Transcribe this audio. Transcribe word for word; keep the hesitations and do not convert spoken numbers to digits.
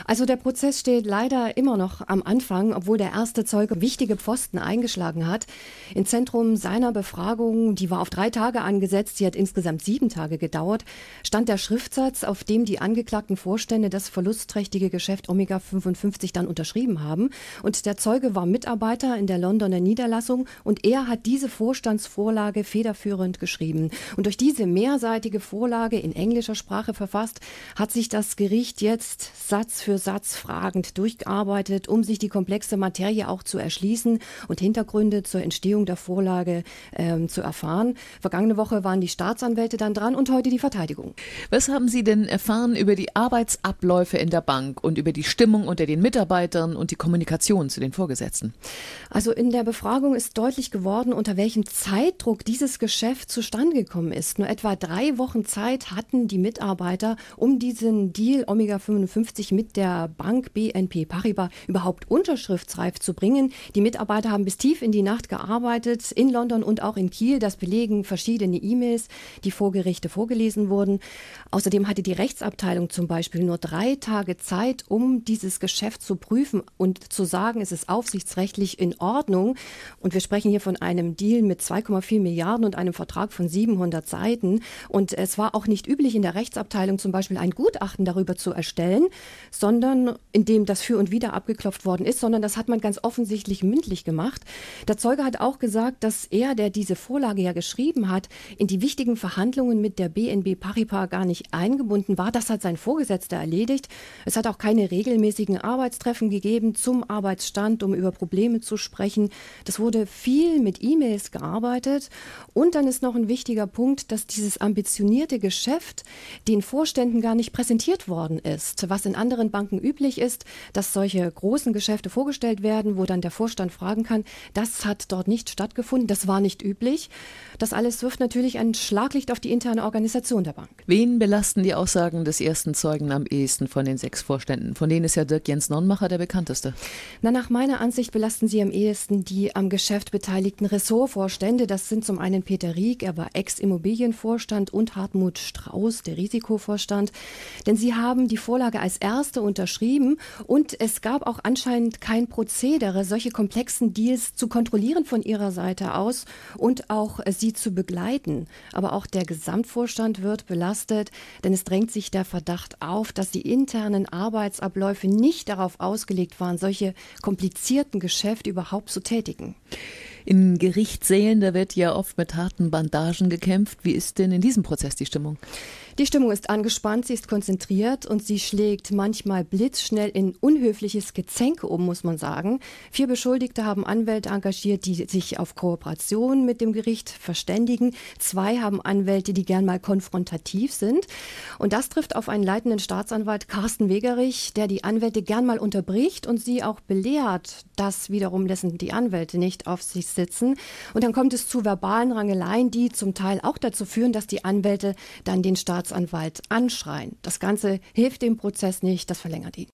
Also der Prozess steht leider immer noch am Anfang, obwohl der erste Zeuge wichtige Pfosten eingeschlagen hat. Im Zentrum seiner Befragung, die war auf drei Tage angesetzt, die hat insgesamt sieben Tage gedauert, stand der Schriftsatz, auf dem die angeklagten Vorstände das verlustträchtige Geschäft Omega fünfundfünfzig dann unterschrieben haben. Und der Zeuge war Mitarbeiter in der Londoner Niederlassung und er hat diese Vorstandsvorlage federführend geschrieben. Und durch diese mehrseitige Vorlage in englischer Sprache verfasst, hat sich das Gericht jetzt Satz für Satz fragend durchgearbeitet, um sich die komplexe Materie auch zu erschließen und Hintergründe zur Entstehung der Vorlage ähm, zu erfahren. Vergangene Woche waren die Staatsanwälte dann dran und heute die Verteidigung. Was haben Sie denn erfahren über die Arbeitsabläufe in der Bank und über die Stimmung unter den Mitarbeitern und die Kommunikation zu den Vorgesetzten? Also in der Befragung ist deutlich geworden, unter welchem Zeitdruck dieses Geschäft zustande gekommen ist. Nur etwa drei Wochen Zeit hatten die Mitarbeiter, um diesen Deal Omega fünfundfünfzig mit der Bank B N P Paribas überhaupt unterschriftsreif zu bringen. Die Mitarbeiter haben bis tief in die Nacht gearbeitet, in London und auch in Kiel. Das belegen verschiedene E-Mails, die vor Gerichte vorgelesen wurden. Außerdem hatte die Rechtsabteilung zum Beispiel nur drei Tage Zeit, um dieses Geschäft zu prüfen und zu sagen, es ist aufsichtsrechtlich in Ordnung. Und wir sprechen hier von einem Deal mit zwei Komma vier Milliarden und einem Vertrag von siebenhundert Seiten. Und es war auch nicht üblich in der Rechtsabteilung zum Beispiel ein Gutachten darüber zu erstellen, sondern in dem das Für und Wider abgeklopft worden ist, sondern das hat man ganz offensichtlich mündlich gemacht. Der Zeuge hat auch gesagt, dass er, der diese Vorlage ja geschrieben hat, in die wichtigen Verhandlungen mit der B N P Paribas gar nicht eingebunden war. Das hat sein Vorgesetzter erledigt. Es hat auch keine regelmäßigen Arbeitstreffen gegeben zum Arbeitsstand, um über Probleme zu sprechen. Das wurde viel mit E-Mails gearbeitet. Und dann ist noch ein wichtiger Punkt, dass dieses ambitionierte Geschäft den Vorständen gar nicht präsentiert worden ist. Was in anderen Banken üblich ist, dass solche großen Geschäfte vorgestellt werden, wo dann der Vorstand fragen kann, das hat dort nicht stattgefunden, das war nicht üblich. Das alles wirft natürlich ein Schlaglicht auf die interne Organisation der Bank. Wen belasten die Aussagen des ersten Zeugen am ehesten von den sechs Vorständen? Von denen ist ja Dirk Jens Nonnmacher der bekannteste. Na, nach meiner Ansicht belasten sie am ehesten die am Geschäft beteiligten Ressortvorstände. Das sind zum einen Peter Rieck, er war Ex-Immobilienvorstand, und Hartmut Strauß, der Risikovorstand. Denn sie haben die Vorlage als erste unterschrieben und es gab auch anscheinend kein Prozedere, solche komplexen Deals zu kontrollieren von ihrer Seite aus und auch äh, sie zu begleiten. Aber auch der Gesamtvorstand wird belastet, denn es drängt sich der Verdacht auf, dass die internen Arbeitsabläufe nicht darauf ausgelegt waren, solche komplizierten Geschäfte überhaupt zu tätigen. In Gerichtssälen, da wird ja oft mit harten Bandagen gekämpft. Wie ist denn in diesem Prozess die Stimmung? Die Stimmung ist angespannt, sie ist konzentriert und sie schlägt manchmal blitzschnell in unhöfliches Gezänke um, muss man sagen. Vier Beschuldigte haben Anwälte engagiert, die sich auf Kooperation mit dem Gericht verständigen. Zwei haben Anwälte, die gern mal konfrontativ sind. Und das trifft auf einen leitenden Staatsanwalt, Carsten Wegerich, der die Anwälte gern mal unterbricht und sie auch belehrt. Das wiederum lassen die Anwälte nicht auf sich sitzen. Und dann kommt es zu verbalen Rangeleien, die zum Teil auch dazu führen, dass die Anwälte dann den Staatsanwalt anschreien. Das Ganze hilft dem Prozess nicht, das verlängert ihn.